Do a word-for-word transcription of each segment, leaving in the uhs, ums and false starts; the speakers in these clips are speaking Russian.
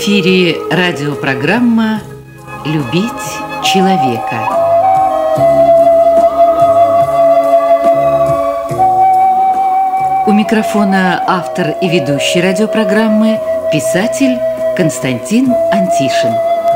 эфире радиопрограмма «Любить человека». У микрофона автор и ведущий радиопрограммы, писатель Константин Антишин.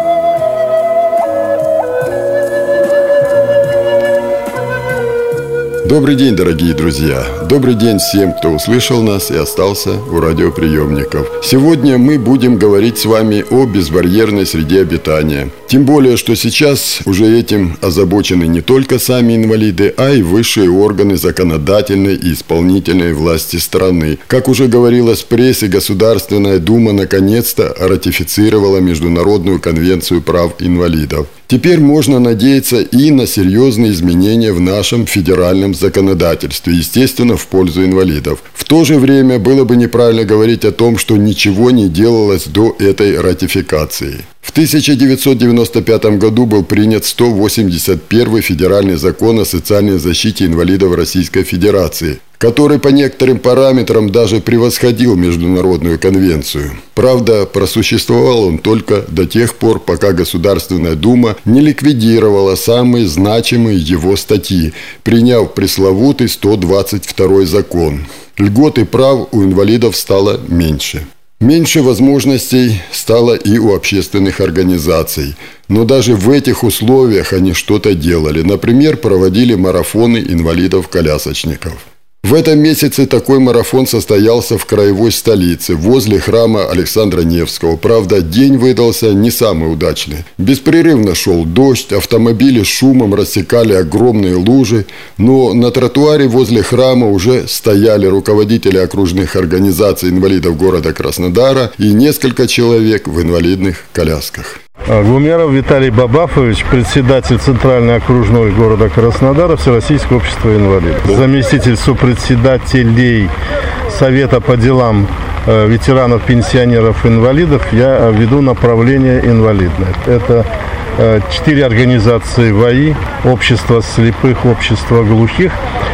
Добрый день, дорогие друзья! Добрый день всем, кто услышал нас и остался у радиоприемников. Сегодня мы будем говорить с вами о безбарьерной среде обитания. Тем более, что сейчас уже этим озабочены не только сами инвалиды, а и высшие органы законодательной и исполнительной власти страны. Как уже говорилось в прессе, Государственная Дума наконец-то ратифицировала Международную конвенцию прав инвалидов. Теперь можно надеяться и на серьезные изменения в нашем федеральном законодательстве, естественно, в пользу инвалидов. В то же время было бы неправильно говорить о том, что ничего не делалось до этой ратификации. В тысяча девятьсот девяносто пятом году был принят сто восемьдесят первый федеральный закон о социальной защите инвалидов Российской Федерации, который по некоторым параметрам даже превосходил Международную конвенцию. Правда, просуществовал он только до тех пор, пока Государственная Дума не ликвидировала самые значимые его статьи, приняв пресловутый сто двадцать второй закон. Льгот и прав у инвалидов стало меньше. Меньше возможностей стало и у общественных организаций. Но даже в этих условиях они что-то делали. Например, проводили марафоны инвалидов-колясочников. В этом месяце такой марафон состоялся в краевой столице, возле храма Александра Невского. Правда, день выдался не самый удачный. Беспрерывно шел дождь, автомобили с шумом рассекали огромные лужи, но на тротуаре возле храма уже стояли руководители окружных организаций инвалидов города Краснодара и несколько человек в инвалидных колясках. Гумеров Виталий Бабафович, председатель Центральной окружной города Краснодара Всероссийского общества инвалидов. Заместитель сопредседателей Совета по делам ветеранов, пенсионеров, инвалидов. Я веду направление инвалидное. Это четыре организации ВАИ, Общество слепых, Общество глухих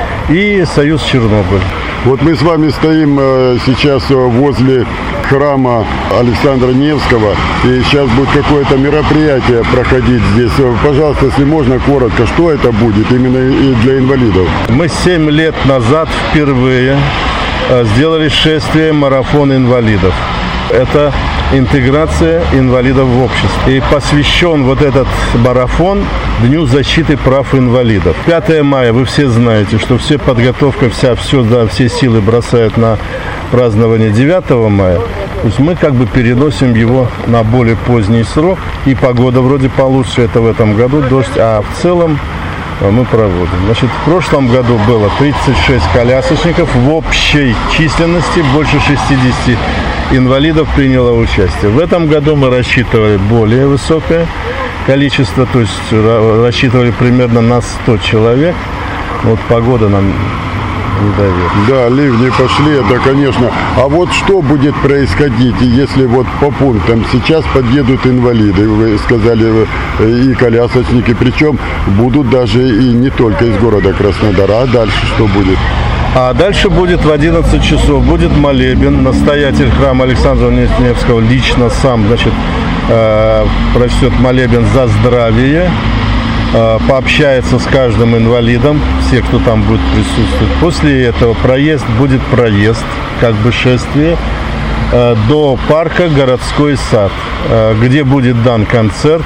и Союз Чернобыль. Вот мы с вами стоим сейчас возле храма Александра Невского, и сейчас будет какое-то мероприятие проходить здесь. Пожалуйста, если можно, коротко, что это будет именно и для инвалидов? Мы семь лет назад впервые сделали шествие «Марафон инвалидов». Это интеграция инвалидов в общество. И посвящен вот этот марафон Дню защиты прав инвалидов. пятое мая, вы все знаете, что все подготовка, вся, все, да, все силы бросают на празднование девятого мая. То есть мы как бы переносим его на более поздний срок. И погода вроде получше, это в этом году дождь, а в целом мы проводим. Значит, в прошлом году было тридцать шесть колясочников, в общей численности больше шестидесяти инвалидов приняло участие. В этом году мы рассчитывали более высокое количество, то есть рассчитывали примерно на сто человек. Вот погода нам не дает. Да, ливни пошли, это, конечно. А вот что будет происходить, если вот по пунктам сейчас подъедут инвалиды, вы сказали, и колясочники, причем будут даже и не только из города Краснодара, а дальше что будет? А дальше будет в одиннадцать часов будет молебен. Настоятель храма Александра Невского лично сам, значит, э, прочтет молебен за здравие, э, пообщается с каждым инвалидом, все, кто там будет присутствовать. После этого проезд будет проезд, как бы шествие, э, до парка «Городской сад», э, где будет дан концерт.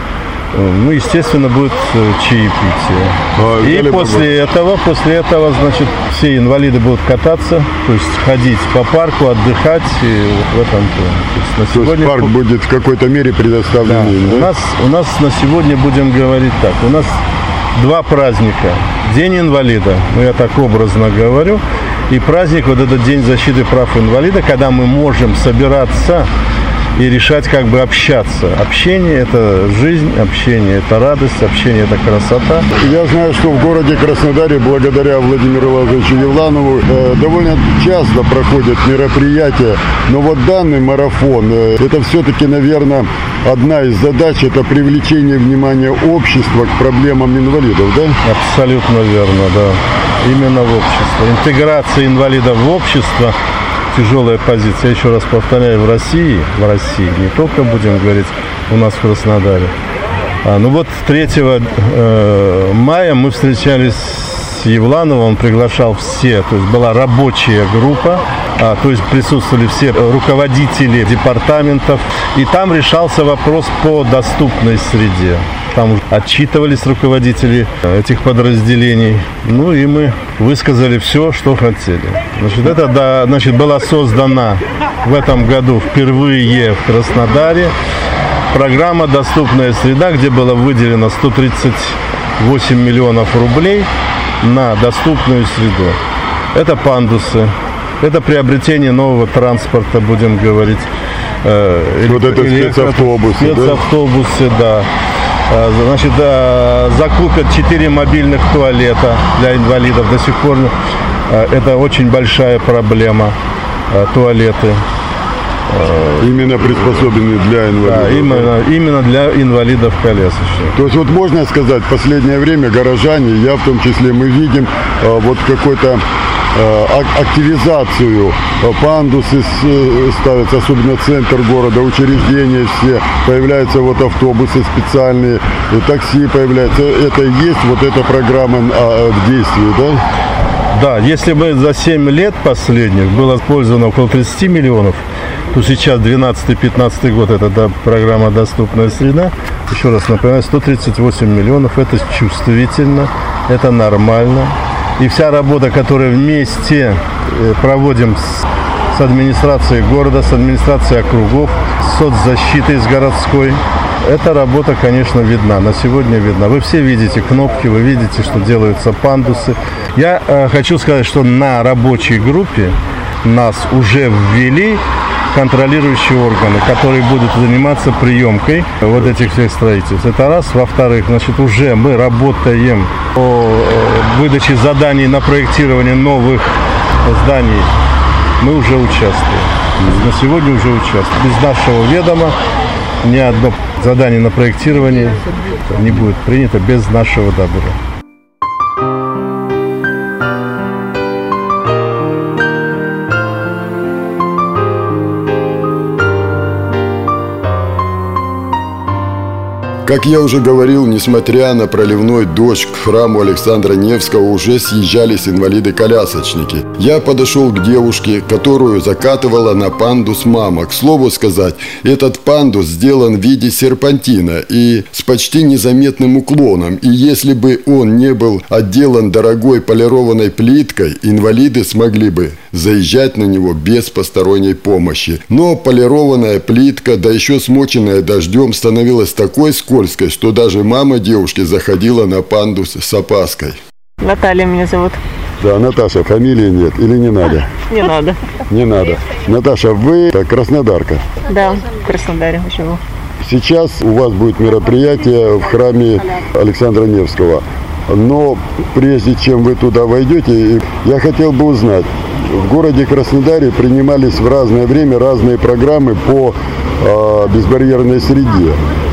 Ну, естественно, будет чаепитие. А, и после этого, после этого, значит, все инвалиды будут кататься, то есть ходить по парку, отдыхать и в этом плане. То есть, на сегодня... то есть парк будет в какой-то мере предоставлен. Да. Да? У нас, у нас на сегодня, будем говорить так, у нас два праздника. День инвалида, ну я так образно говорю, и праздник, вот этот День защиты прав инвалида, когда мы можем собираться и решать, как бы общаться. Общение – это жизнь, общение – это радость, общение – это красота. Я знаю, что в городе Краснодаре, благодаря Владимиру Лазаревичу Евланову, э, довольно часто проходят мероприятия. Но вот данный марафон, э, это все-таки, наверное, одна из задач – это привлечение внимания общества к проблемам инвалидов, да? Абсолютно верно, да. Именно в общество. Интеграция инвалидов в общество тяжелая позиция. Я еще раз повторяю, в России, в России, не только будем говорить у нас в Краснодаре. А, ну вот третьего э, мая мы встречались с Евлановым, он приглашал все, то есть была рабочая группа, а, то есть присутствовали все руководители департаментов, и там решался вопрос по доступной среде. Там отчитывались руководители этих подразделений, ну и мы высказали все, что хотели. Значит, это, да, значит, была создана в этом году впервые в Краснодаре программа «Доступная среда», где было выделено сто тридцать восемь миллионов рублей на доступную среду. Это пандусы, это приобретение нового транспорта, будем говорить. Э, вот это спецавтобусы, спецавтобусы, да. да. Значит, да, закупят четыре мобильных туалета для инвалидов. До сих пор э, это очень большая проблема, э, туалеты. Именно приспособленные для инвалидов. Да, именно, именно для инвалидов-колясочников. То есть вот можно сказать, в последнее время горожане, я в том числе, мы видим э, вот какой-то э, активизацию. Пандусы с, ставятся, особенно центр города, учреждения все. Появляются вот автобусы специальные, такси появляются. Это и есть вот эта программа э, в действии, да? Да, если бы за семь лет последних было использовано около тридцать миллионов, то сейчас двенадцатый-пятнадцатый год, это да, программа «Доступная среда». Еще раз напоминаю, сто тридцать восемь миллионов, это чувствительно, это нормально. И вся работа, которую вместе проводим с, с администрацией города, с администрацией округов, с соцзащитой, с городской, эта работа, конечно, видна, на сегодня видна. Вы все видите кнопки, вы видите, что делаются пандусы. Я э, хочу сказать, что на рабочей группе нас уже ввели контролирующие органы, которые будут заниматься приемкой вот этих всех строительств. Это раз. Во-вторых, значит, уже мы работаем по выдаче заданий на проектирование новых зданий. Мы уже участвуем. На сегодня уже участвуем. Без нашего ведома ни одно задание на проектирование не будет принято без нашего добра. Как я уже говорил, несмотря на проливной дождь, к храму Александра Невского уже съезжались инвалиды-колясочники. Я подошел к девушке, которую закатывала на пандус мама. К слову сказать, этот пандус сделан в виде серпантина и с почти незаметным уклоном. И если бы он не был отделан дорогой полированной плиткой, инвалиды смогли бы заезжать на него без посторонней помощи. Но полированная плитка, да еще смоченная дождем, становилась такой скоростью, что даже мама девушки заходила на пандус с опаской. Наталья меня зовут. Да, Наташа, фамилии нет или не надо? Не надо. Не надо. Наташа, вы краснодарка? Да, в Краснодаре живу. Сейчас у вас будет мероприятие в храме Александра Невского. Но прежде чем вы туда войдете, я хотел бы узнать, в городе Краснодаре принимались в разное время разные программы по э, безбарьерной среде.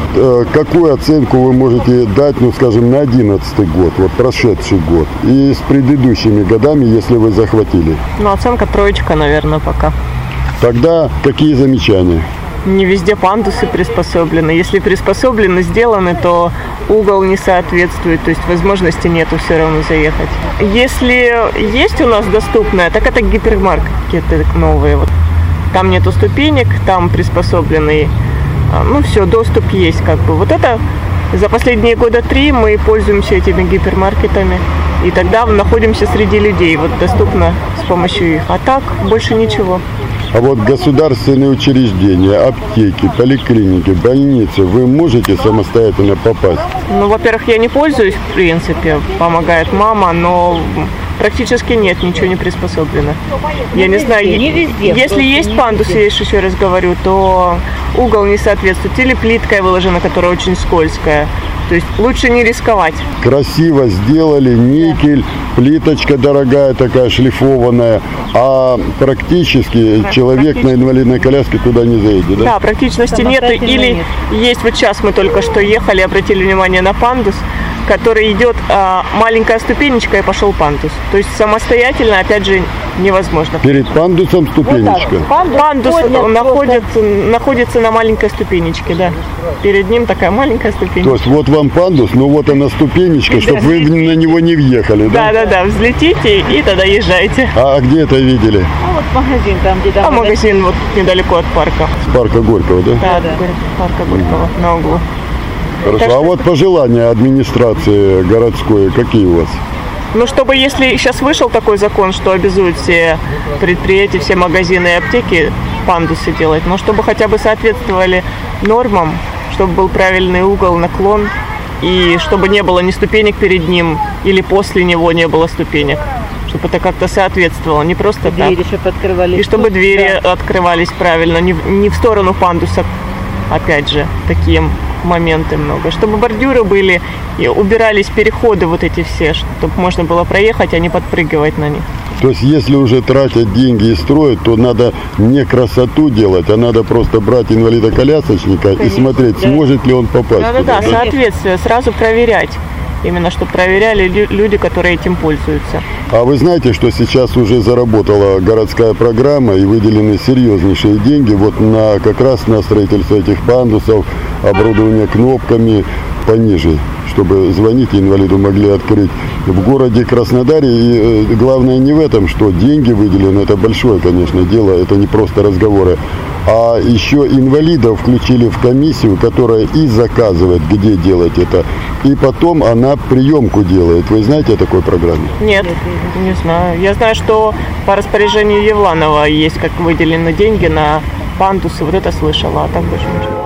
Какую оценку вы можете дать, ну, скажем, на одиннадцатый год, вот прошедший год, и с предыдущими годами, если вы захватили? Ну, оценка троечка, наверное, пока. Тогда какие замечания? Не везде пандусы приспособлены. Если приспособлены, сделаны, то угол не соответствует, то есть возможности нету все равно заехать. Если есть у нас доступное, так это гипермаркеты новые. Вот. Там нету ступенек, там приспособленные. Ну все, доступ есть как бы. Вот это за последние года три мы пользуемся этими гипермаркетами. И тогда находимся среди людей. Вот доступно с помощью их. А так больше ничего. А вот государственные учреждения, аптеки, поликлиники, больницы, вы можете самостоятельно попасть? Ну, во-первых, я не пользуюсь, в принципе. Помогает мама, но практически нет, ничего не приспособлено. Я не знаю, не везде, если есть пандусы, я еще раз говорю, то угол не соответствует. Или плиткой выложена, которая очень скользкая. То есть лучше не рисковать. Красиво сделали, никель, плиточка дорогая такая, шлифованная, а практически человек на инвалидной коляске туда не заедет, да? Да, практичности нет. Или нет. Есть, вот сейчас мы только что ехали, обратили внимание на пандус, который идет а, маленькая ступенечка и пошел пандус. То есть самостоятельно, опять же, невозможно. Перед пандусом ступенечка? Вот Пандус, Пандус находится, находится на маленькой ступенечке, да. Перед ним такая маленькая ступенечка. То есть вот вам пандус, но вот она ступенечка, да, чтобы вы на него не въехали, да? Да, да, да, взлетите и тогда езжайте. А где это видели? А вот магазин там, где там. А магазин вот недалеко от парка. С парка Горького, да? Да, да, парка Горького, mm-hmm. на углу. Хорошо, так а что... вот пожелания администрации городской какие у вас? Ну, чтобы, если сейчас вышел такой закон, что обязуют все предприятия, все магазины и аптеки пандусы делать, но чтобы хотя бы соответствовали нормам, чтобы был правильный угол, наклон, и чтобы не было ни ступенек перед ним, или после него не было ступенек, чтобы это как-то соответствовало, не просто так. Двери, чтобы открывались. И чтобы двери да. открывались правильно, не в, не в сторону пандуса, опять же, такие моменты много. Чтобы бордюры были, и убирались переходы вот эти все, чтобы можно было проехать, а не подпрыгивать на них. То есть, если уже тратят деньги и строят, то надо не красоту делать, а надо просто брать инвалида-колясочника и смотреть, да. сможет ли он попасть. Да-да-да, соответствие, сразу проверять. Именно, чтобы проверяли люди, которые этим пользуются. А вы знаете, что сейчас уже заработала городская программа и выделены серьезнейшие деньги вот на, как раз на строительство этих пандусов, оборудование кнопками пониже, чтобы звонить инвалиду могли открыть. В городе Краснодаре, и э, главное не в этом, что деньги выделены, это большое, конечно, дело, это не просто разговоры, а еще инвалидов включили в комиссию, которая и заказывает, где делать это, и потом она приемку делает. Вы знаете о такой программе? Нет, не знаю. Я знаю, что по распоряжению Евланова есть как выделены деньги на пандусы, вот это слышала, а так больше ничего.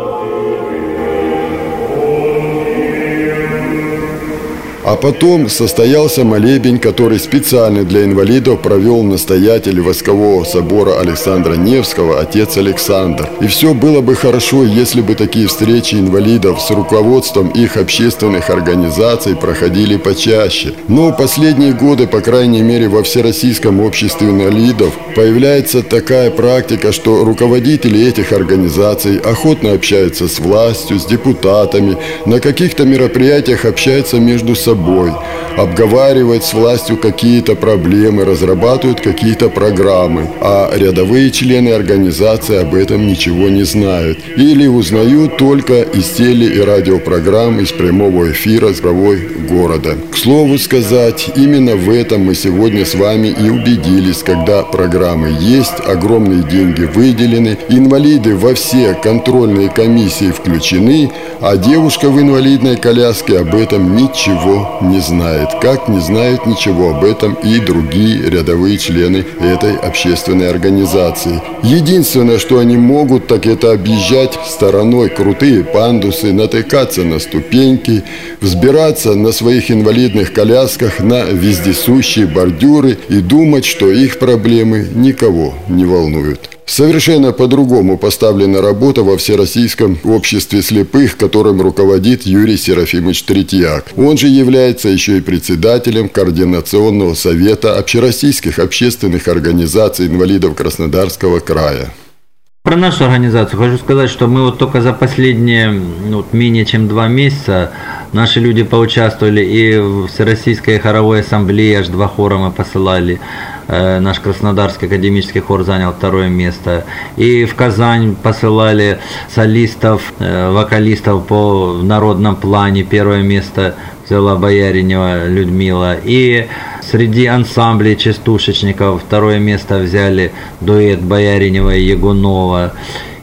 А потом состоялся молебень, который специально для инвалидов провел настоятель Воскового собора Александра Невского, отец Александр. И все было бы хорошо, если бы такие встречи инвалидов с руководством их общественных организаций проходили почаще. Но в последние годы, по крайней мере во Всероссийском обществе инвалидов, появляется такая практика, что руководители этих организаций охотно общаются с властью, с депутатами, на каких-то мероприятиях общаются между собой. собой, обговаривать с властью какие-то проблемы, разрабатывают какие-то программы, а рядовые члены организации об этом ничего не знают или узнают только из теле- и радиопрограмм из прямого эфира «Здравой города». К слову сказать, именно в этом мы сегодня с вами и убедились, когда программы есть, огромные деньги выделены, инвалиды во все контрольные комиссии включены, а девушка в инвалидной коляске об этом ничего не знает, как не знают ничего об этом и другие рядовые члены этой общественной организации. Единственное, что они могут, так это объезжать стороной крутые пандусы, натыкаться на ступеньки, взбираться на своих инвалидных колясках на вездесущие бордюры и думать, что их проблемы никого не волнуют. Совершенно по-другому поставлена работа во Всероссийском обществе слепых, которым руководит Юрий Серафимович Третьяк. Он же является еще и председателем Координационного совета общероссийских общественных организаций инвалидов Краснодарского края. Про нашу организацию хочу сказать, что мы вот только за последние ну, вот, менее чем два месяца наши люди поучаствовали и в Всероссийской хоровой ассамблее, аж два хора мы посылали. Наш Краснодарский академический хор занял второе место. И в Казань посылали солистов, вокалистов по народном плане. Первое место взяла Бояринева Людмила. И среди ансамблей частушечников второе место взяли дуэт Бояринева и Ягунова.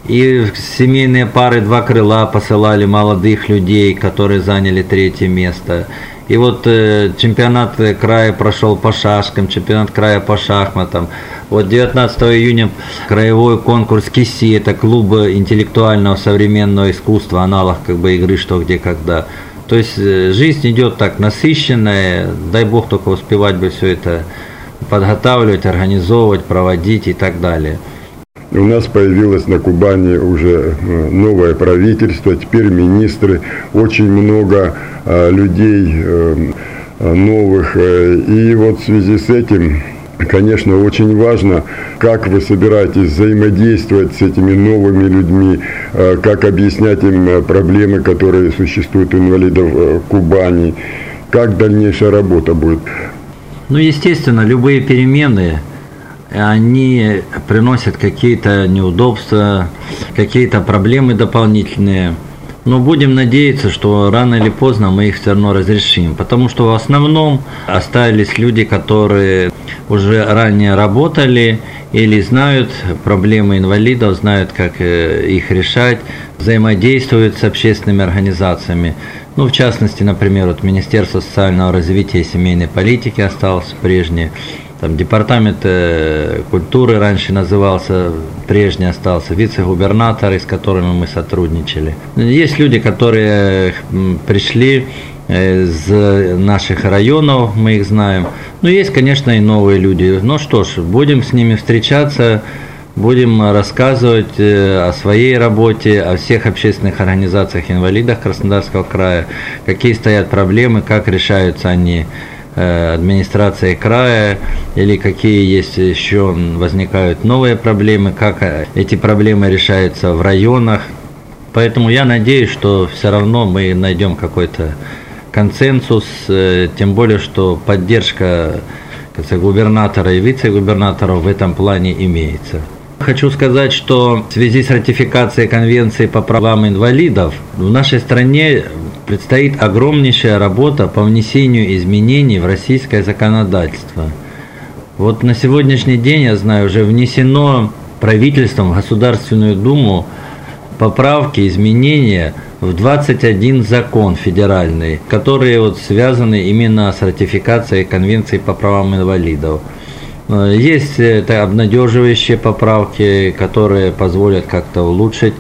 И семейные пары «Два крыла» посылали молодых людей, которые заняли третье место. И вот э, чемпионат края прошел по шашкам, чемпионат края по шахматам. Вот девятнадцатого июня краевой конкурс КИСИ, это клуб интеллектуального современного искусства, аналог как бы игры «Что, где, когда». То есть э, жизнь идет так насыщенная, дай бог только успевать бы все это подготавливать, организовывать, проводить и так далее. У нас появилось на Кубани уже новое правительство, теперь министры, очень много а, людей а, новых. И вот в связи с этим, конечно, очень важно, как вы собираетесь взаимодействовать с этими новыми людьми, а, как объяснять им проблемы, которые существуют у инвалидов Кубани, как дальнейшая работа будет. Ну, естественно, любые перемены они приносят какие-то неудобства, какие-то проблемы дополнительные. Но будем надеяться, что рано или поздно мы их все равно разрешим, потому что в основном остались люди, которые уже ранее работали или знают проблемы инвалидов, знают, как их решать, взаимодействуют с общественными организациями. Ну, в частности, например, вот Министерство социального развития и семейной политики осталось прежнее. Там департамент э, культуры раньше назывался, прежний остался, вице-губернаторы, с которыми мы сотрудничали. Есть люди, которые пришли из наших районов, мы их знаем. Но есть, конечно, и новые люди. Ну что ж, будем с ними встречаться, будем рассказывать о своей работе, о всех общественных организациях инвалидов Краснодарского края, какие стоят проблемы, как решаются они администрации края, или какие есть еще возникают новые проблемы, как эти проблемы решаются в районах. Поэтому я надеюсь, что все равно мы найдем какой-то консенсус, тем более, что поддержка губернатора и вице-губернатора в этом плане имеется. Хочу сказать, что в связи с ратификацией Конвенции по правам инвалидов в нашей стране предстоит огромнейшая работа по внесению изменений в российское законодательство. Вот на сегодняшний день, я знаю, уже внесено правительством в Государственную Думу поправки, изменения в двадцать один закон федеральный, которые вот связаны именно с ратификацией Конвенции по правам инвалидов. Есть это обнадеживающие поправки, которые позволят как-то улучшить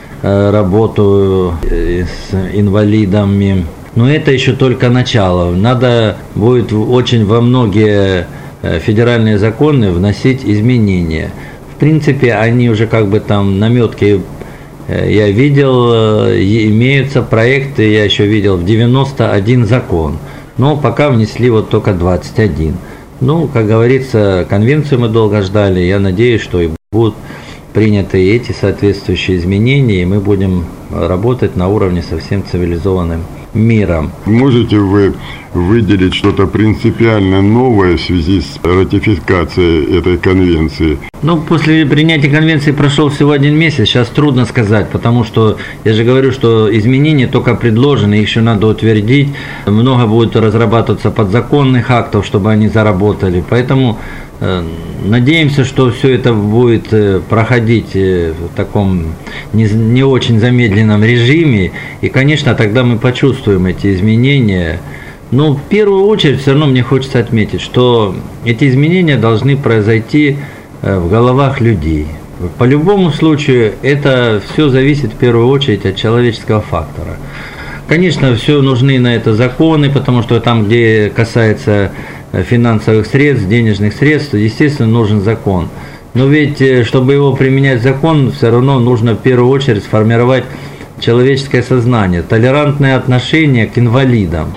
работу с инвалидами. Но это еще только начало. Надо будет очень во многие федеральные законы вносить изменения. В принципе, они уже как бы там наметки я видел, имеются проекты, я еще видел в девяносто один закон. Но пока внесли вот только двадцать один. Ну, как говорится, конвенцию мы долго ждали. Я надеюсь, что и будут приняты эти соответствующие изменения, и мы будем работать на уровне со всем цивилизованным миром. Можете вы выделить что-то принципиально новое в связи с ратификацией этой конвенции? Ну, после принятия конвенции прошел всего один месяц, сейчас трудно сказать, потому что, я же говорю, что изменения только предложены, их еще надо утвердить, много будет разрабатываться подзаконных актов, чтобы они заработали, поэтому э, надеемся, что все это будет проходить в таком не, не очень замедленном режиме, и, конечно, тогда мы почувствуем эти изменения. Но в первую очередь все равно мне хочется отметить, что эти изменения должны произойти в головах людей. По любому случаю это все зависит в первую очередь от человеческого фактора. Конечно, все нужны на это законы, потому что там, где касается финансовых средств, денежных средств, естественно, нужен закон. Но ведь, чтобы его применять закон, все равно нужно в первую очередь сформировать человеческое сознание, толерантное отношение к инвалидам.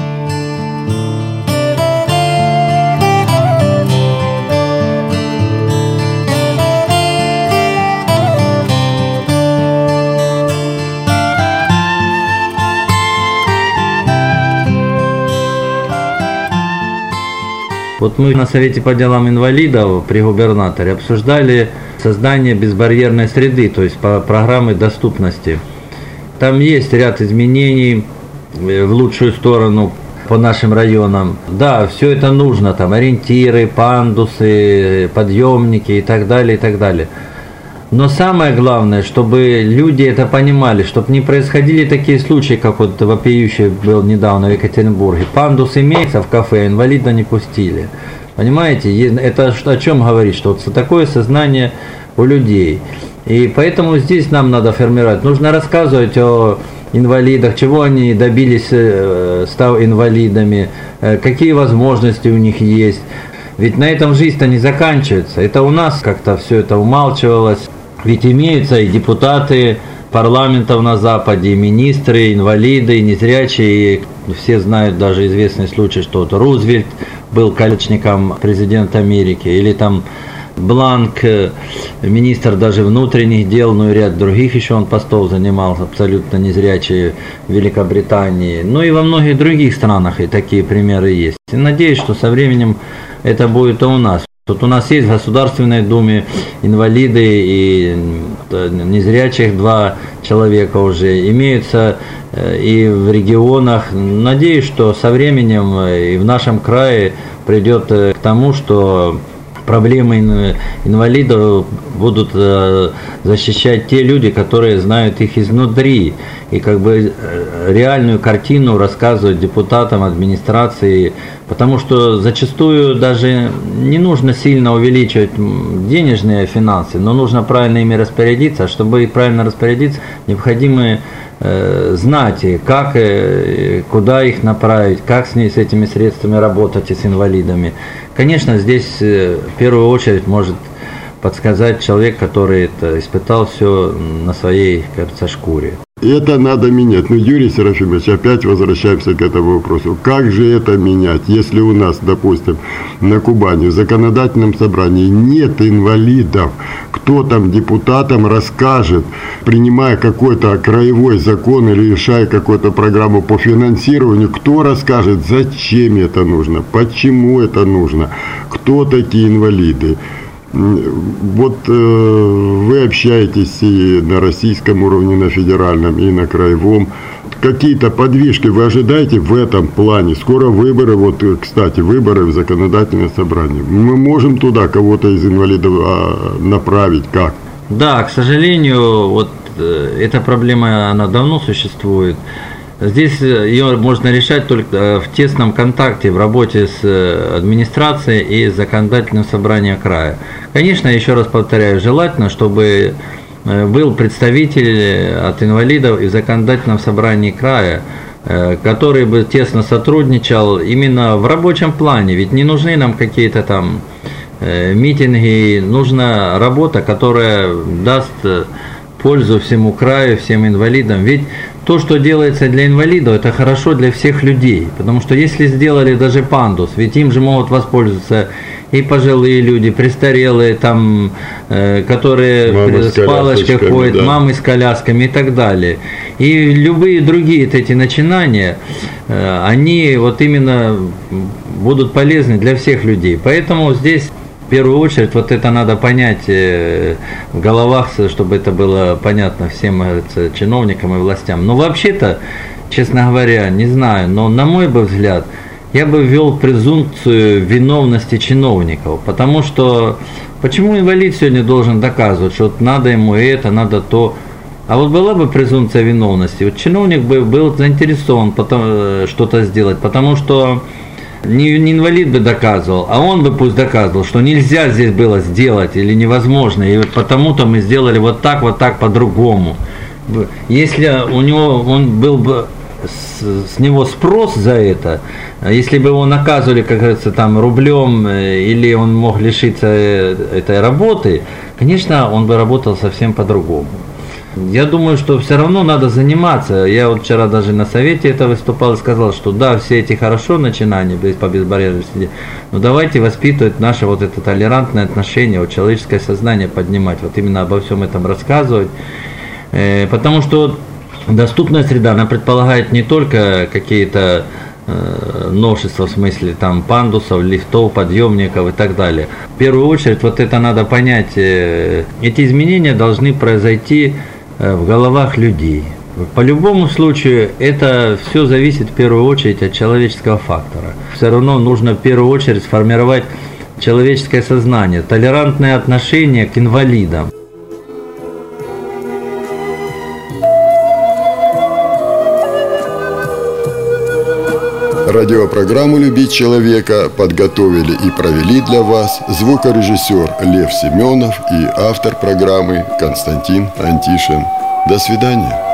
Вот мы на Совете по делам инвалидов при губернаторе обсуждали создание безбарьерной среды, то есть по программе доступности. Там есть ряд изменений в лучшую сторону по нашим районам. Да, все это нужно, там ориентиры, пандусы, подъемники и так далее, и так далее. Но самое главное, чтобы люди это понимали, чтобы не происходили такие случаи, как вот вопиющий был недавно в Екатеринбурге. Пандус имеется в кафе, а инвалида не пустили. Понимаете, это о чем говорит, что вот такое сознание у людей. И поэтому здесь нам надо формировать. Нужно рассказывать о инвалидах, чего они добились, став инвалидами, какие возможности у них есть. Ведь на этом жизнь-то не заканчивается. Это у нас как-то все это умалчивалось. Ведь имеются и депутаты парламентов на Западе, и министры, и инвалиды, и незрячие. И все знают даже известный случай, что вот Рузвельт был колледжником президента Америки, или там Бланк, министр даже внутренних дел, ну и ряд других еще он постов занимал, абсолютно незрячие в Великобритании. Ну и во многих других странах и такие примеры есть. И надеюсь, что со временем это будет и у нас. Тут у нас есть в Государственной Думе инвалиды и незрячих два человека уже. Имеются и в регионах. Надеюсь, что со временем и в нашем крае придет к тому, что проблемы инвалидов будут защищать те люди, которые знают их изнутри. И как бы реальную картину рассказывать депутатам, администрации. Потому что зачастую даже не нужно сильно увеличивать денежные финансы, но нужно правильно ими распорядиться. А чтобы правильно распорядиться, необходимо знать, как, куда их направить, как с, ней, с этими средствами работать и с инвалидами. Конечно, здесь в первую очередь может подсказать человек, который это испытал все на своей, кажется, шкуре. Это надо менять. Ну, Юрий Серафимович, опять возвращаемся к этому вопросу. Как же это менять, если у нас, допустим, на Кубани в законодательном собрании нет инвалидов? Кто там депутатам расскажет, принимая какой-то краевой закон или решая какую-то программу по финансированию, кто расскажет, зачем это нужно, почему это нужно, кто такие инвалиды? Вот э, вы общаетесь и на российском уровне, на федеральном, и на краевом. Какие-то подвижки вы ожидаете в этом плане? Скоро выборы, вот, кстати, выборы в законодательное собрание. Мы можем туда кого-то из инвалидов а, направить? Как? Да, к сожалению, вот э, эта проблема, она давно существует. Здесь ее можно решать только в тесном контакте, в работе с администрацией и законодательным собранием края. Конечно, еще раз повторяю, желательно, чтобы был представитель от инвалидов и в законодательном собрании края, который бы тесно сотрудничал именно в рабочем плане. Ведь не нужны нам какие-то там митинги, нужна работа, которая даст пользу всему краю, всем инвалидам. Ведь то, что делается для инвалидов, это хорошо для всех людей. Потому что если сделали даже пандус, ведь им же могут воспользоваться и пожилые люди, престарелые, там, э, которые мамы с палочкой ходят, да. Мамы с колясками и так далее. И любые другие эти начинания, э, они вот именно будут полезны для всех людей. Поэтому здесь в первую очередь вот это надо понять в головах, чтобы это было понятно всем чиновникам и властям. Но вообще-то, честно говоря, не знаю, но на мой бы взгляд, я бы ввел презумпцию виновности чиновников. Потому что почему инвалид сегодня должен доказывать, что вот надо ему это, надо то. А вот была бы презумпция виновности, вот чиновник бы был заинтересован потом что-то сделать, потому что Не, не инвалид бы доказывал, а он бы пусть доказывал, что нельзя здесь было сделать или невозможно, и вот потому-то мы сделали вот так, вот так, по-другому. Если у него, он был бы, с, с него спрос за это, если бы его наказывали, как говорится, там, рублем, или он мог лишиться этой работы, конечно, он бы работал совсем по-другому. Я думаю, что все равно надо заниматься. Я вот вчера даже на совете это выступал и сказал, что да, все эти хорошо начинания по безбарьерности, но давайте воспитывать наше вот это толерантное отношение, вот человеческое сознание поднимать, вот именно обо всем этом рассказывать. Э, потому что доступная среда, она предполагает не только какие-то э, новшества в смысле там пандусов, лифтов, подъемников и так далее. В первую очередь вот это надо понять, э, эти изменения должны произойти в головах людей. По любому случаю это все зависит в первую очередь от человеческого фактора. Все равно нужно в первую очередь сформировать человеческое сознание, толерантное отношение к инвалидам. Радиопрограмму «Любить человека» подготовили и провели для вас звукорежиссер Лев Семенов и автор программы Константин Антишин. До свидания.